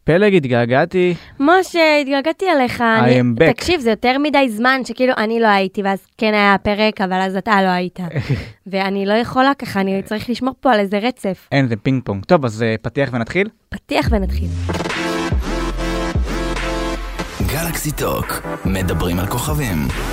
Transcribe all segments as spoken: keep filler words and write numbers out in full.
פלג, התגעגעתי. משה, התגעגעתי עליך. I am back. תקשיב, זה יותר מדי זמן שכאילו אני לא הייתי, ואז כן היה פרק, אבל אז אתה לא היית. ואני לא יכולה ככה, אני צריך לשמור פה על איזה רצף. אין, זה פינג פונג. טוב, אז פתיח ונתחיל? פתיח ונתחיל. גלקסי טוק, מדברים על כוכבים.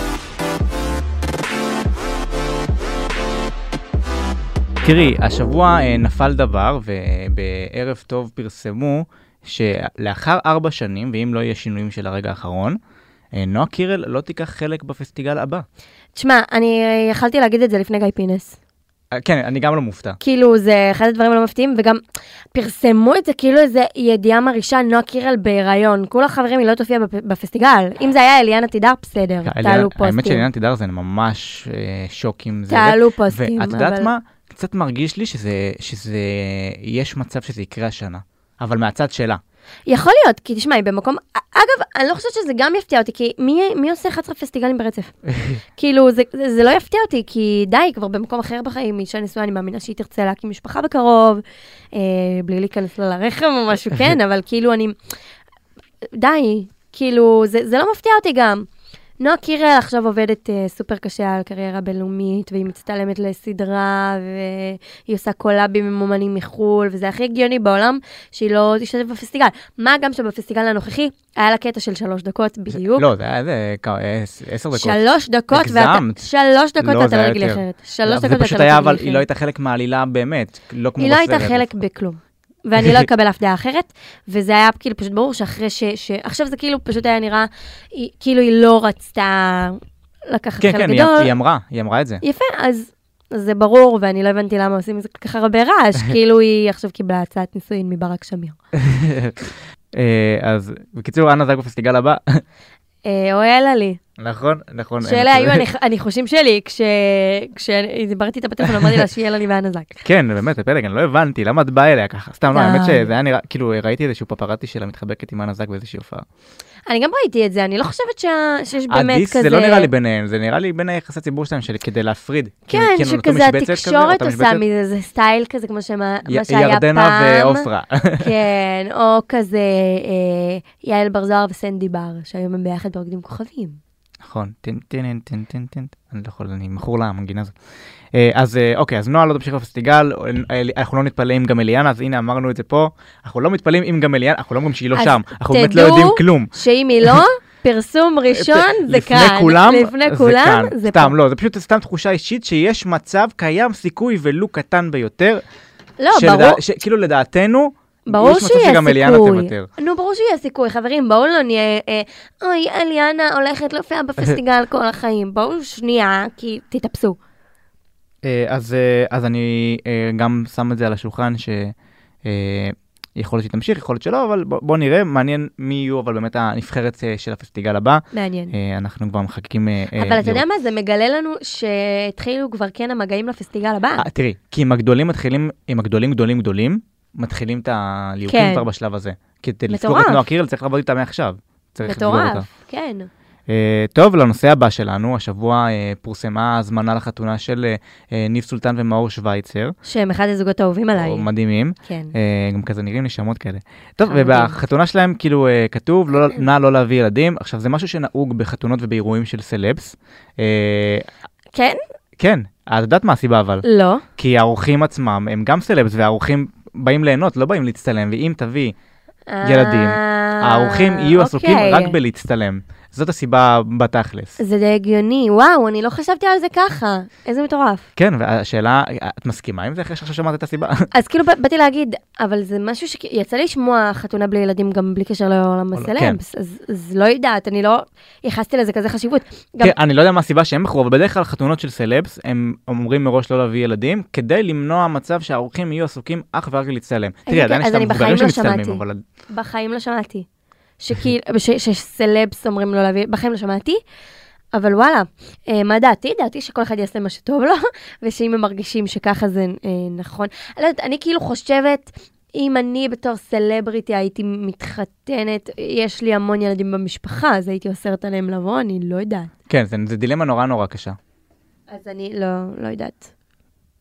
תראי, השבוע נפל דבר, ובערב טוב פרסמו שלאחר ארבע שנים, ואם לא יהיה שינויים של הרגע האחרון, נועה קירל לא תיקח חלק בפסטיגל הבא. תשמע, אני יכלתי להגיד את זה לפני גיא פינס. כן, אני גם לא מופתע. כאילו, זה אחד הדברים לא מפתיעים, וגם פרסמו את זה כאילו איזה ידיעה מרעישה, נועה קירל בהיריון. כל החברים היא לא תופיע בפסטיגל. אם זה היה אליאנה תידר, בסדר, תעלו פוסטים. האמת שאליאנה תידר זה ממש שוק עם זה. תעלו פוסטים. ואת יודעת מה? קצת מרגיש לי שזה, שזה, יש מצב שזה יקרה השנה, אבל מהצד שלה. יכול להיות, כי תשמע, היא במקום, אגב, אני לא חושבת שזה גם יפתיע אותי, כי מי, מי עושה אחד עשרה פסטיגלים ברצף? כאילו, זה, זה, זה לא יפתיע אותי, כי די, כבר במקום אחר בחיים, אישה נשואה, אני מאמינה שהיא תרצה להקים משפחה בקרוב, אה, בלי להיכנס לה לרחם או משהו, כן, אבל כאילו אני, די, כאילו, זה, זה לא מפתיע אותי גם. נועה קירל עכשיו עובדת uh, סופר קשה על קריירה בינלאומית, והיא מצטלמת לסדרה, והיא עושה קולאבים עם אומנים מחול, וזה הכי הגיוני בעולם שהיא לא תשתתף בפסטיגל. מה גם שבפסטיגל הנוכחי היה לה קטע של שלוש דקות בדיוק. לא, זה היה איזה עשר דקות. שלוש דקות, הגזמת. שלוש דקות ואתה רגלי אחרת. שלוש דקות ואתה רגלי אחרת. זה פשוט היה, אבל היא לא הייתה חלק מהעלילה באמת, לא כמו בסרט. היא לא הייתה חלק בכלום. ואני לא אקבל אף דעה אחרת, וזה היה כאילו פשוט ברור שאחרי ש... ש... עכשיו זה כאילו פשוט היה נראה, היא, כאילו היא לא רצתה לקחת כן, חלק כן, גדול. כן, היא אמרה, היא אמרה את זה. יפה, אז, אז זה ברור, ואני לא הבנתי למה עושים את זה ככה הרבה רעש, כאילו היא עכשיו קיבלה הצעת נישואין מברק שמיר. אז בקיצור, אנה זק בפסטיגל הבא. או אלה לי. נכון, נכון. שאלה היו הניחושים שלי, כשדיברתי איתה בטלפון, אמרתי לה שיהיה לי ואנה זק. כן, באמת, פלג, אני לא הבנתי, למה את באה אליה ככה? סתם, לא, האמת שזה היה נראה, כאילו, ראיתי איזשהו פפרטי שלה מתחבקת עם אנה זק באיזושהי הופעה. אני גם ראיתי את זה, אני לא חושבת שיש באמת הדיס כזה... זה לא נראה לי ביניהם, זה נראה לי בין היחסי הציבור שלהם, כדי להפריד. כן, שכזה התקשורת עושה מזה, זה סטייל כזה, כמו שהיה פעם. ירדנה ואופרה. כן, או כזה יעל בר זוהר וסנדי בר, שהיום הם ביחד ברוקדים כוכבים. נכון, טין, טין, טין, טין, טין. אני לא יכול, אני מכור לה, המנגינה הזאת. אז אוקיי, אז נועה לא תמשיך בפסטיגל, אנחנו לא נתפלאים עם גם אליאנה, אז הנה אמרנו את זה פה, אנחנו לא מתפלאים עם גם אליאנה, אנחנו לא אומרים שהיא לא שם, אנחנו באמת לא יודעים כלום. שאם היא לא, פרסום ראשון זה כאן. לפני כולם, לפני כולם, זה פה. סתם, לא, זה פשוט סתם תחושה אישית שיש מצב, קיים סיכוי ולו קטן ביותר. לא, ברור. כאילו לדעתנו, ברור שיהיה סיכוי. תוותר. נו, ברור שיהיה סיכוי. חברים, בואו לא נהיה, אה, אוי, אליאנה הולכת להופיע בפסטיגל כל החיים. בואו שנייה, כי תתאפסו. אז, אז אני גם שם את זה על השולחן, שיכול להיות שתמשיך, יכול להיות שלא, אבל בואו בוא נראה, מעניין מי יהיו, אבל באמת הנבחרת של הפסטיגל הבא. מעניין. אנחנו כבר מחכים... אבל אתה יודע מה, זה מגלה לנו שהתחילו כבר כן המגעים לפסטיגל הבא. תראי, כי אם הגדולים מתחילים, אם הגדולים גדולים גדולים, מתחילים את הליהוקים כבר בשלב הזה. כדי לסגור את נועה קירל צריך לעבוד איתה מעכשיו. מטורף, כן. טוב, לנושא הבא שלנו, השבוע פורסמה הזמנה לחתונה של ניב סולטן ומאור שוויצר. שהם אחד הזוגות האהובים עליי. מדהימים. כן. גם כזה נראים נשמות כאלה. טוב, ובחתונה שלהם כאילו כתוב, נא לא להביא ילדים. עכשיו, זה משהו שנהוג בחתונות ובאירועים של סלבס. כן? כן. את יודעת מה הסיבה אבל? לא. כי האורחים עצמם הם גם סלבס, והאורחים באים ליהנות, לא באים להצטלם, ואם תביא ילדים, האורחים יהיו עסוקים רק בלהצטלם. זאת הסיבה בתכלס. זה די הגיוני, וואו, אני לא חשבתי על זה ככה. איזה מטורף. כן, והשאלה, את מסכימה עם זה אחרי שעכשיו שמעת את הסיבה? אז כאילו באתי להגיד, אבל זה משהו שיצא לי לשמוע חתונה בלי ילדים גם בלי קשר לעולם הסלבס, אז לא יודעת, אני לא ייחסתי לזה כזה חשיבות. כן, אני לא יודע מה הסיבה שהם בחרו, אבל בדרך כלל חתונות של סלבס, הם אומרים מראש לא להביא ילדים, כדי למנוע מצב שהאורחים יהיו עסוקים אך ורק להצטלם. תראי, עדיין יש את המבוגרים שמצטלמים, אבל... בחיים לא שמעתי. שסלבס אומרים לו להביא, בחיים לא שמעתי, אבל וואלה, מה דעתי? דעתי שכל אחד יעשה מה שטוב לו, ושאם הם מרגישים שככה זה נכון. אני כאילו חושבת, אם אני בתור סלבריטי הייתי מתחתנת, יש לי המון ילדים במשפחה, אז הייתי אוסרת עליהם לבוא, אני לא יודעת. כן, זה דילמה נורא נורא קשה. אז אני לא, לא יודעת.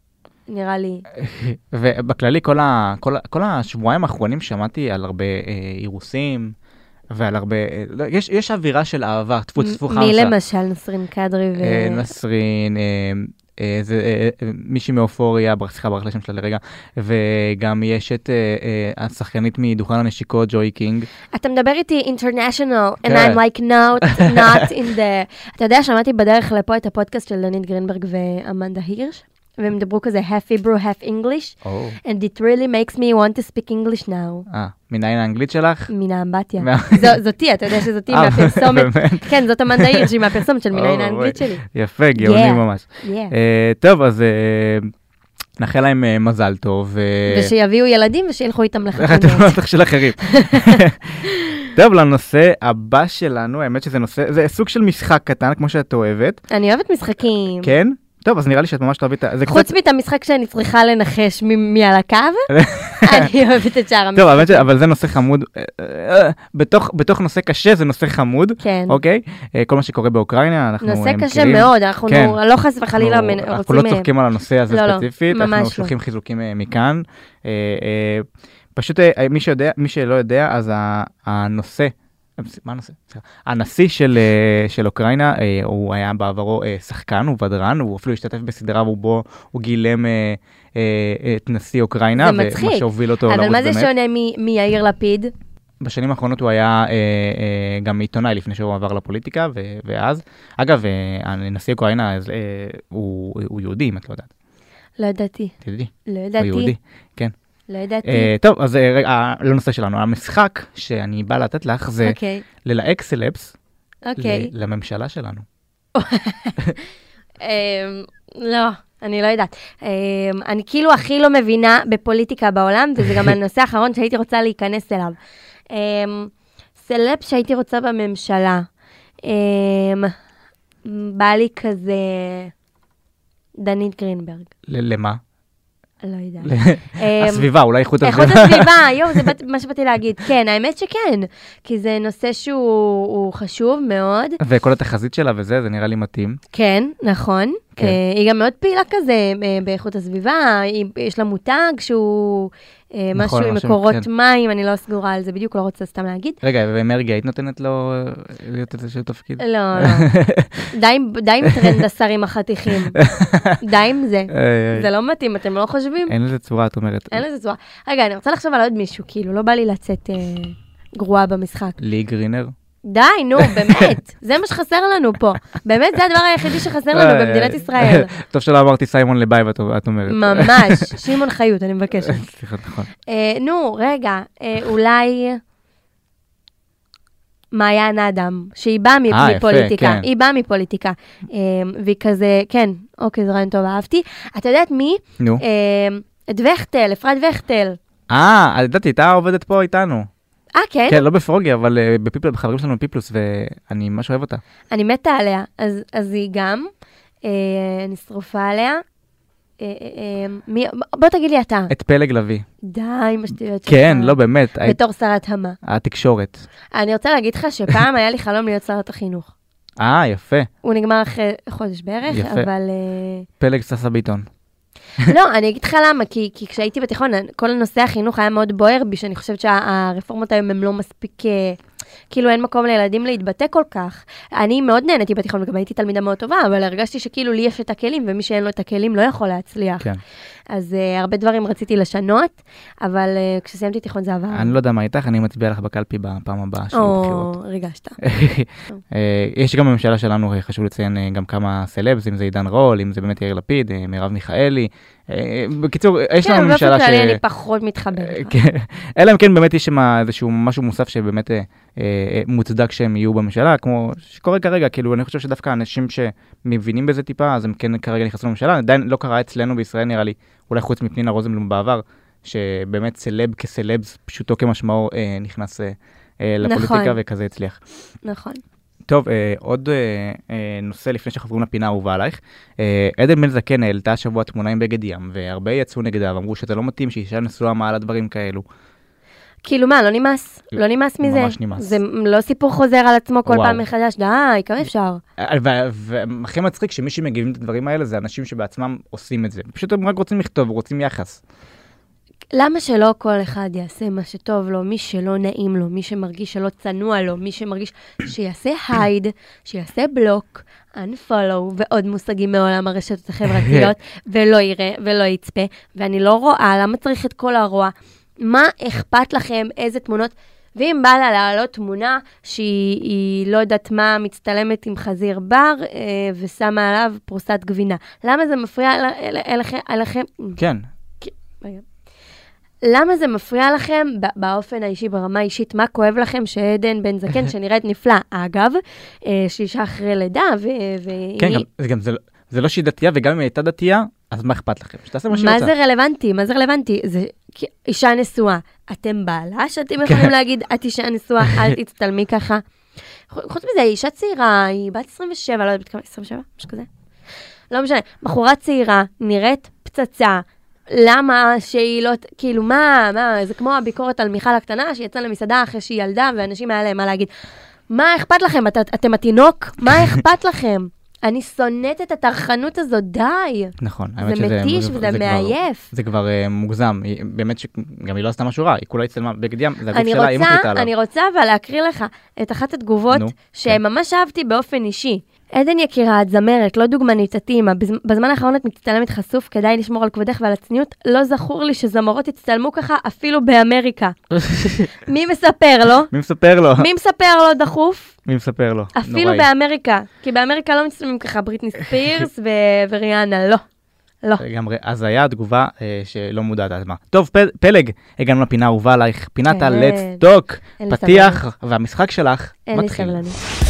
נראה לי. ובכללי, כל, ה, כל, כל השבועיים האחרונים שמעתי על הרבה אה, אירוסים, ועל הרבה, אה, יש, יש אווירה של אהבה, תפו צפו חמסה. מי למשל, נסרין קדרי ו... אה, נסרין, אה, אה, זה, אה, אה, מישהי מאופוריה, סליחה, ברח לשם שלה לרגע, וגם יש את אה, אה, השחקנית מדוכן הנשיקות, ג'וי קינג. אתה מדבר איתי international, and I'm like, no, not in the... אתה יודע, שמעתי בדרך לפה את הפודקאסט של דנית גרינברג ואמנדה הירש, והם דברו כזה half Hebrew, half English, Oh. and it really makes me want to speak English now. אה, מניין האנגלית שלך? מן האמבטיה. מה- זו- זאתי, אתה יודע שזאתי אה, מהפרסומת. באמת? כן, זאת אמנדה הירש, היא מהפרסומת של מניין Oh, האנגלית וואי. שלי. יפה, גאוני Yeah. ממש. Yeah. אה, טוב, אז אה, נאחל להם אה, מזל טוב. ו- ושיביאו ילדים ושילכו איתם איך אתם לחתונות. בטח של אחרים. טוב, לנושא הבא שלנו, האמת שזה נושא, זה סוג של משחק קטן, כמו שאת אוהבת. אני אוהבת משחקים. כן? טוב, אז נראה לי שאת ממש תאהבי את זה. חוץ מאת המשחק שאני צריכה לנחש מ- מי על הקו, אני אוהבת את שאר טוב, המשחק. האמת ש... אבל זה נושא חמוד. אה, אה, בתוך בתוך נושא קשה זה נושא חמוד. כן. אוקיי? אה, כל מה שקורה באוקראינה, אנחנו אה, נושא מכירים. קשה מאוד, אנחנו כן. לא חס וחלילה אנחנו- מנ- אנחנו רוצים... לא צוחקים על הנושא הזה לא, לא, ספציפית, ממש אנחנו לא. שולחים חיזוקים אה, מכאן. אה, אה, פשוט אה, מי שיודע, מי שלא יודע, אז ה- הנושא, מה הנושא? סליחה. הנשיא של, אה, של אוקראינה, אה, הוא היה בעברו אה, שחקן, הוא ודרן, הוא אפילו השתתף בסדרה ובו הוא גילם אה, אה, את נשיא אוקראינה, זה מצחיק. ומה שהוביל אותו אבל לרוץ מה זה באמת. שונה מ- מיאיר לפיד? בשנים האחרונות הוא היה אה, אה, גם עיתונאי לפני שהוא עבר לפוליטיקה, ו- ואז, אגב, אה, נשיא אוקראינה אז, אה, הוא, הוא יהודי, אם את לא יודעת. לא ידעתי. תדעי, לא הוא ידעתי. יהודי, כן. לא ידעתי. אה, טוב, אז אה, רגע, אה, לנושא שלנו, המשחק שאני בא לתת לך זה אוקיי. ללהק סלבס אוקיי. ל- לממשלה שלנו. אמ, לא, אני לא יודעת. אמ, אני כאילו הכי לא מבינה בפוליטיקה בעולם, וזה גם הנושא האחרון שהייתי רוצה להיכנס אליו. אמ, סלב שהייתי רוצה בממשלה. אמ, בא לי כזה דנית גרינברג. ל- למה? לא יודעת. ל- אמ, הסביבה, אולי איכות איכות הסביבה. הסביבה, יואו, זה באת- מה שבאתי להגיד. כן, האמת שכן, כי זה נושא שהוא הוא חשוב מאוד. וכל התחזית שלה וזה, זה נראה לי מתאים. כן, נכון. כן. אה, היא גם מאוד פעילה כזה אה, באיכות הסביבה, היא- יש לה מותג שהוא אה, נכון, משהו עם משהו, מקורות כן. מים, אני לא סגורה על זה בדיוק, לא רוצה סתם להגיד. רגע, ומרגי, היית נותנת לו אה, להיות איזשהו תפקיד? לא, לא. די עם- די עם טרנד השרים החתיכים. די עם זה. איי, איי. זה לא מתאים, אתם לא חושבים? אין לזה צורה, את אומרת. אין לזה צורה. רגע, אני רוצה לחשוב על עוד מישהו, כאילו, לא בא לי לצאת אה, גרועה במשחק. לי גרינר. די, נו, באמת. זה מה שחסר לנו פה. באמת, זה הדבר היחידי שחסר לנו איי, במדינת איי. ישראל. טוב שלא אמרתי סיימון לבייב, את את אומרת. ממש. שמעון חיות, אני מבקשת. סליחה, נכון. אה, נו, רגע, אה, אולי מעיין אדם, שהיא באה מ- אה, יפה, מפוליטיקה. כן. היא באה מפוליטיקה. אה, והיא כזה, כן, אוקיי, זה רעיון טוב, אהבתי. אתה יודעת מי? נו. אה, את וכטל, אפרת וכטל. אה, ידעתי, הייתה עובדת פה איתנו. אה, כן? כן, לא בפרוגי, אבל אה, בפיפלוס, בחברים שלנו בפיפלוס, ואני ממש אוהב אותה. אני מתה עליה. אז אז היא גם, אה, אני שרופה עליה. אה, אה, אה, מי- בוא תגיד לי אתה. את פלג לביא. די, עם השטויות שלך. כן, לא באמת, היית- בתור שרת המה. התקשורת. אני רוצה להגיד לך שפעם היה לי חלום להיות שרת החינוך. אה, יפה. הוא נגמר אחרי חודש בערך, יפה. אבל... אה, פלג ססה ביטון. לא, אני אגיד לך למה, כי, כי כשהייתי בתיכון, כל נושא החינוך היה מאוד בוער בי, שאני חושבת שהרפורמות היום הן לא מספיק, אה, כאילו אין מקום לילדים להתבטא כל כך. אני מאוד נהניתי בתיכון, וגם הייתי תלמידה מאוד טובה, אבל הרגשתי שכאילו לי יש את הכלים, ומי שאין לו את הכלים לא יכול להצליח. כן. אז uh, הרבה דברים רציתי לשנות, אבל uh, כשסיימתי תיכון זה עבר. אני לא יודע מה איתך, אני מצביע לך בקלפי בפעם הבאה של הבחירות. או, ריגשת. אה, יש גם בממשלה שלנו, אה, חשוב לציין אה, גם כמה סלבס, אם זה עידן רול, אם זה באמת יאיר לפיד, אה, מרב מיכאלי. אה, בקיצור, יש לנו כן, ממשלה באופן ש... כללי אני פחות מתחברת. כן. אלא אם כן באמת יש שם איזשהו משהו מוסף שבאמת אה, אה, מוצדק שהם יהיו בממשלה, כמו שקורה כרגע, כאילו אני חושב שדווקא אנשים שמבינים בזה טיפה, אז הם כן כרגע נכנסו לממשלה, עדיין לא קרה אצלנו בישראל נראה לי, אולי חוץ מפנינה רוזנבלום בעבר, שבאמת סלב כסלבס, פשוטו כמשמעו, אה, נכנס אה, אה, לפוליטיקה נכון. וכזה הצליח. נכון. טוב, אה, עוד אה, אה, נושא לפני שאנחנו עוברים לפינה האהובה עלייך. אה, עדן בן זקן העלתה השבוע תמונה עם בגד ים, והרבה יצאו נגדה ואמרו שזה לא מתאים שאישה נשואה מעל הדברים כאלו. כאילו מה, לא נמאס? לא נמאס מזה. ממש נמאס. זה לא סיפור חוזר על עצמו כל וואו. פעם מחדש, די, כמה אפשר? והכי מצחיק שמי שמגיבים את הדברים האלה זה אנשים שבעצמם עושים את זה. פשוט הם רק רוצים לכתוב, רוצים יחס. למה שלא כל אחד יעשה מה שטוב לו, מי שלא נעים לו, מי שמרגיש שלא צנוע לו, מי שמרגיש שיעשה הייד, שיעשה בלוק, unfollow ועוד מושגים מעולם הרשתות החברתיות, ולא יראה ולא יצפה, ואני לא רואה למה צריך את כל הרוע. מה אכפת לכם, איזה תמונות, ואם בא לה להעלות תמונה שהיא לא יודעת מה, מצטלמת עם חזיר בר, אה, ושמה עליו פרוסת גבינה. למה זה מפריע אליכם? כן. רגע. למה זה מפריע לכם באופן האישי, ברמה האישית? מה כואב לכם שעדן בן זקן, שנראית נפלא, אגב, שאישה אחרי לידה, והיא... כן, גם זה לא שהיא דתייה, וגם אם היא הייתה דתייה, אז מה אכפת לכם? שתעשה מה שהיא רוצה. מה זה רלוונטי? מה זה רלוונטי? זה אישה נשואה. אתם בעלה שאתם יכולים להגיד, את אישה נשואה, אל תצטלמי ככה. חוץ מזה, היא אישה צעירה, היא בת עשרים ושבע, לא יודעת כמה, עשרים ושבע? משהו כזה. לא משנה. בחורה צעירה, נראית פצצה, למה שהיא לא, כאילו מה, מה, זה כמו הביקורת על מיכל הקטנה, שיצאה למסעדה אחרי שהיא ילדה, ואנשים היה להם מה להגיד. מה אכפת לכם? את, אתם התינוק? מה אכפת לכם? אני שונאת את התרחנות הזו, די. נכון. זה מתיש וזה מעייף. זה כבר מוגזם. באמת שגם היא לא עשתה משהו רע, היא כולה הצטלמה בגד ים, זה הגוף שלה, היא מחליטה עליו. אני רוצה אבל להקריא לך את אחת התגובות שממש אהבתי באופן אישי. עדן יקירה, את זמרת, לא דוגמנית, את אימא. בזמן האחרון את מצטלמת חשוף, כדאי לשמור על כבודך ועל הצניעות. לא זכור לי שזמרות הצטלמו ככה אפילו באמריקה. מי מספר לו? מי מספר לו? מי מספר לו דחוף? מי מספר לו? אפילו באמריקה. כי באמריקה לא מצטלמים ככה בריטני ספירס וריאנה, לא. לא. לגמרי, אז היה התגובה שלא מודעת על מה. טוב, פלג, הגענו לפינה אהובה עלייך, פינת ה-Let's Talk, פתיח, והמשחק שלך מתחיל. אין לי סבלנות.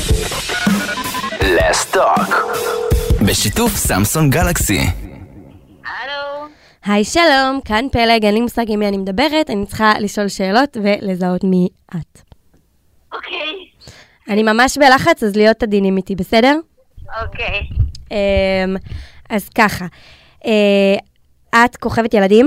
Let's Talk בשיתוף סמסונג גלקסי. הלו. היי שלום, כאן פלג, אין לי מושג עם מי אני מדברת, אני צריכה לשאול שאלות ולזהות מי את. אוקיי. אני ממש בלחץ, אז להיות עדינים איתי, בסדר? אוקיי. אז ככה, את כוכבת ילדים?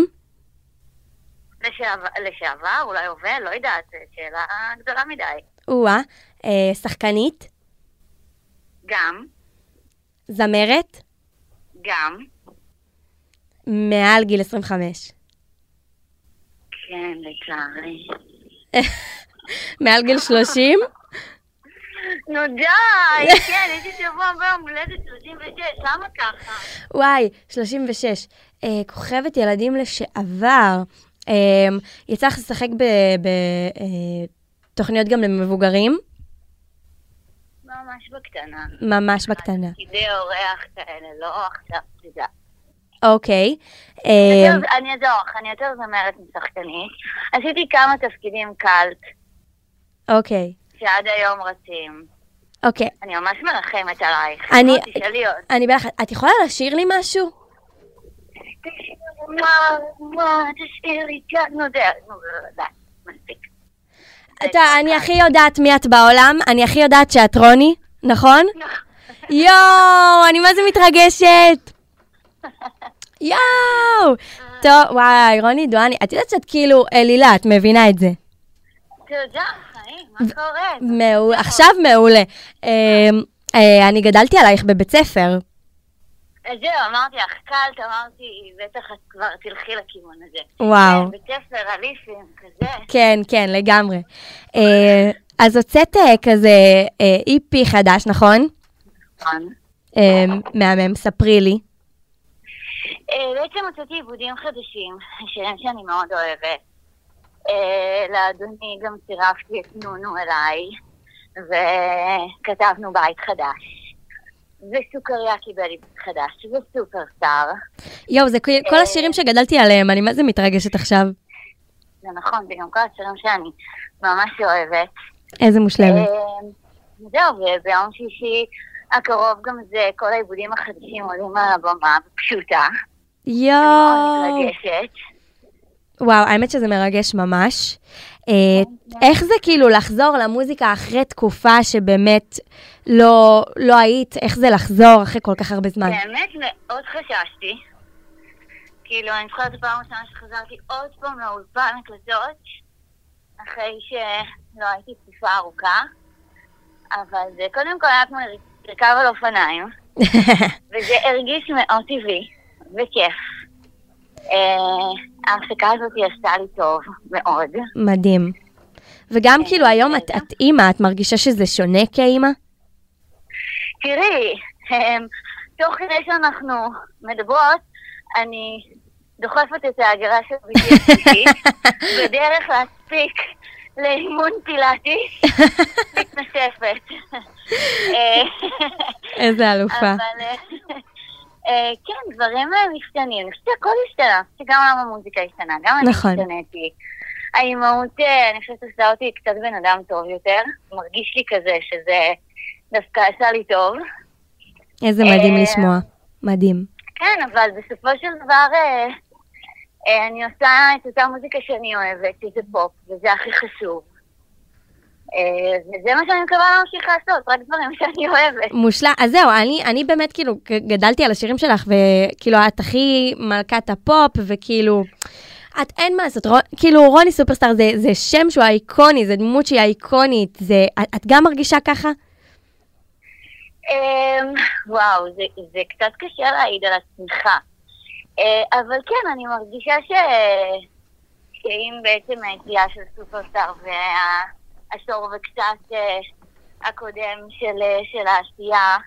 לשעבר, אולי הווה, לא יודעת, שאלה גדולה מדי. או-אה, שחקנית? גם. זמרת? גם. מעל גיל עשרים וחמש? כן, לצערי. מעל גיל שלושים? נו די, כן, הייתי שבוע ביום הולדת שלושים ושש, למה ככה? וואי, שלושים ושש. כוכבת ילדים לשעבר. יצא לך לשחק בתוכניות גם למבוגרים? ממש בקטנה. ממש בקטנה. תפקידי אורח כאלה, לא עכשיו תדע. אוקיי. אני אעזור, אני יותר זמרת משחקנית. עשיתי כמה תפקידים קלט. אוקיי. שעד היום רצים. אוקיי. אני ממש מרחמת עלייך. אני... תשאלי עוד. אני בלחץ. את יכולה לשיר לי משהו? מה, מה, תשאיר לי כאן, נו די, נו די, מספיק. אני הכי יודעת מי את בעולם, אני הכי יודעת שאת רוני, נכון? יואו, אני מה זה מתרגשת. יואו. טוב, וואי, רוני דואני, את יודעת שאת כאילו אלילה, את מבינה את זה. תודה, חיים, מה קורה? מעולה, עכשיו מעולה. אני גדלתי עלייך בבית ספר. זהו, אמרתי לך, קלט, אמרתי, בטח את כבר תלכי לכיוון הזה. וואו. בית ספר, אליפים, כזה. כן, כן, לגמרי. אז הוצאת כזה אי פי חדש, נכון? נכון. מהמם, ספרי לי. בעצם הוצאתי עיבודים חדשים, שירים שאני מאוד אוהבת. לאדוני גם צירפתי את נונו אליי, וכתבנו בית חדש. וסוכריה קיבל לי חדש, וסופרסטאר. יואו, זה כל השירים שגדלתי עליהם, אני מה זה מתרגשת עכשיו? זה נכון, זה גם כל השירים שאני ממש אוהבת. איזה מושלמת. זהו, וביום שישי הקרוב גם זה, כל העיבודים החדשים עולים על הבמה, פשוטה. יואו. אני מאוד מתרגשת. וואו, האמת שזה מרגש ממש. איך זה כאילו לחזור למוזיקה אחרי תקופה שבאמת לא, לא היית, איך זה לחזור אחרי כל כך הרבה זמן? באמת מאוד חששתי. כאילו, אני זוכרת את הפעם הראשונה שחזרתי עוד פעם לאולפן הקלטות, אחרי שלא הייתי תקופה ארוכה, אבל זה קודם כל היה כמו לרכב על אופניים, וזה הרגיש מאוד טבעי וכיף. ההפסקה הזאת היא עשתה לי טוב מאוד. מדהים. וגם כאילו היום את, את אימא, את מרגישה שזה שונה כאימא? תראי, תוך כדי שאנחנו מדברות, אני דוחפת את ההגרה של ביתי השלישית, בדרך להספיק לאימון פילאטיס, מתנשפת. איזה אלופה. אבל כן, דברים משתנים. אני חושבת שהכל השתנה, שגם עולם המוזיקה השתנה, גם אני השתניתי. האימהות, אני חושבת שעשה אותי קצת בן אדם טוב יותר, מרגיש לי כזה שזה דווקא עשה לי טוב. איזה מדהים לשמוע, מדהים. כן, אבל בסופו של דבר אני עושה את אותה מוזיקה שאני אוהבת, שזה פופ, וזה הכי חשוב. וזה מה שאני מקווה להמשיך לעשות, רק דברים שאני אוהבת. מושלם, אז זהו, אני, אני באמת כאילו גדלתי על השירים שלך, וכאילו את הכי מלכת הפופ, וכאילו, את אין מה לעשות, כאילו רוני סופרסטאר זה, זה שם שהוא אייקוני, זה דמות שהיא אייקונית, זה, את, את גם מרגישה ככה? וואו, זה, זה קצת קשה להעיד על עצמך. אבל כן, אני מרגישה ש... שאם בעצם היציאה של סופרסטאר והעשור וקצת הקודם של, של העשייה,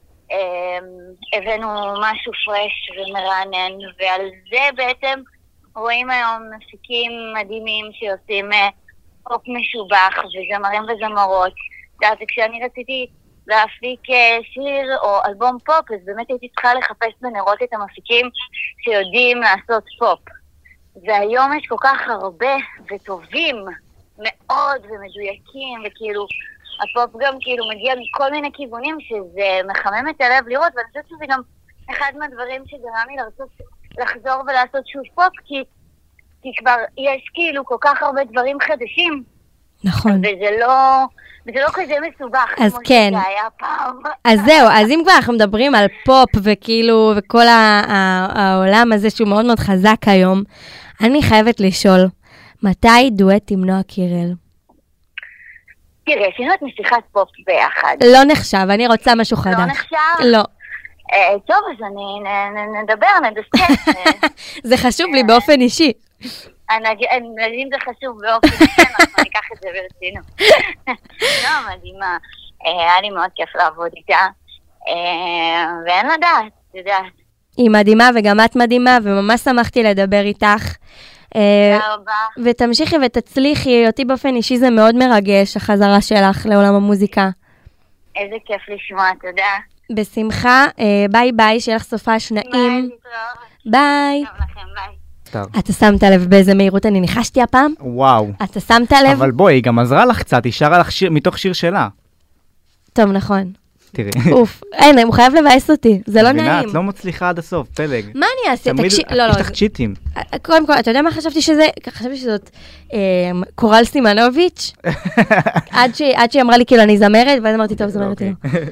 הבאנו משהו פרש ומרענן, ועל זה בעצם רואים היום מפיקים מדהימים שעושים פופ משובח וזמרים וזמרות. אז כשאני רציתי להפיק שיר או אלבום פופ, אז באמת הייתי צריכה לחפש בנרות את המפיקים שיודעים לעשות פופ. והיום יש כל כך הרבה וטובים מאוד ומדויקים, וכאילו הפופ גם כאילו מגיע מכל מיני כיוונים שזה מחמם את הלב לראות, ואני חושבת שזה גם אחד מהדברים שגרם לי לרצות לחזור ולעשות שוב פופ, כי, כי כבר יש כאילו כל כך הרבה דברים חדשים. נכון. וזה לא... וזה לא כזה מסובך, אז כמו כן. שזה היה פעם. אז זהו, אז אם כבר אנחנו מדברים על פופ וכאילו, וכל העולם הזה שהוא מאוד מאוד חזק היום, אני חייבת לשאול, מתי דואט עם נועה קירל? תראה, עשינו את משיחת פופ ביחד. לא נחשב, אני רוצה משהו חדש. לא נחשב? לא. טוב, אז אני נדבר, נדסקס. זה חשוב לי באופן אישי. אם זה חשוב באופן אישי, אנחנו ניקח את זה ברצינות. לא, מדהימה. היה לי מאוד כיף לעבוד איתה. ואין לדעת, יודעת. היא מדהימה וגם את מדהימה, וממש שמחתי לדבר איתך. תודה רבה. ותמשיכי ותצליחי, אותי באופן אישי זה מאוד מרגש, החזרה שלך לעולם המוזיקה. איזה כיף לשמוע, תודה. בשמחה, ביי ביי, שיהיה לך סופש נעים. ביי. טוב לכם, ביי. אתה שמת לב באיזה מהירות אני ניחשתי הפעם? וואו. אתה שמת לב? אבל בואי, היא גם עזרה לך קצת, היא שרה לך שיר, מתוך שיר שלה. טוב, נכון. תראי. אוף, אין, הוא חייב לבאס אותי, זה לא נעים. את לא מצליחה עד הסוף, פלג. מה אני אעשה? תקשיב, לא, לא. יש לך צ'יטים. קודם כל, אתה יודע מה חשבתי שזה? חשבתי שזאת קורל סימנוביץ', עד שהיא אמרה לי כאילו אני זמרת, ואז אמרתי, טוב, זמרת לא.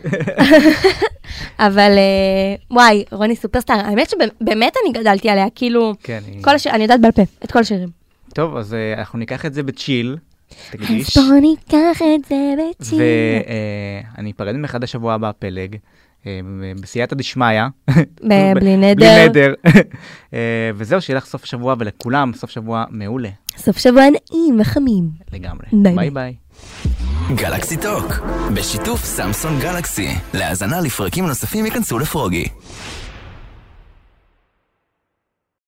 אבל וואי, רוני סופרסטאר, האמת שבאמת אני גדלתי עליה, כאילו, אני יודעת בעל פה, את כל השירים. טוב, אז אנחנו ניקח את זה בצ'יל. תקדיש. אז בוא ניקח את זה בצ'יל. ואני אפרד ממך השבוע הבא פלג, בסייעתא דשמיא. בלי נדר. בלי נדר. וזהו, שיהיה לך סוף שבוע ולכולם סוף שבוע מעולה. סוף שבוע נעים וחמים. לגמרי. ביי ביי. גלקסי טוק, בשיתוף סמסונג גלקסי. להאזנה לפרקים נוספים ייכנסו לפרוגי.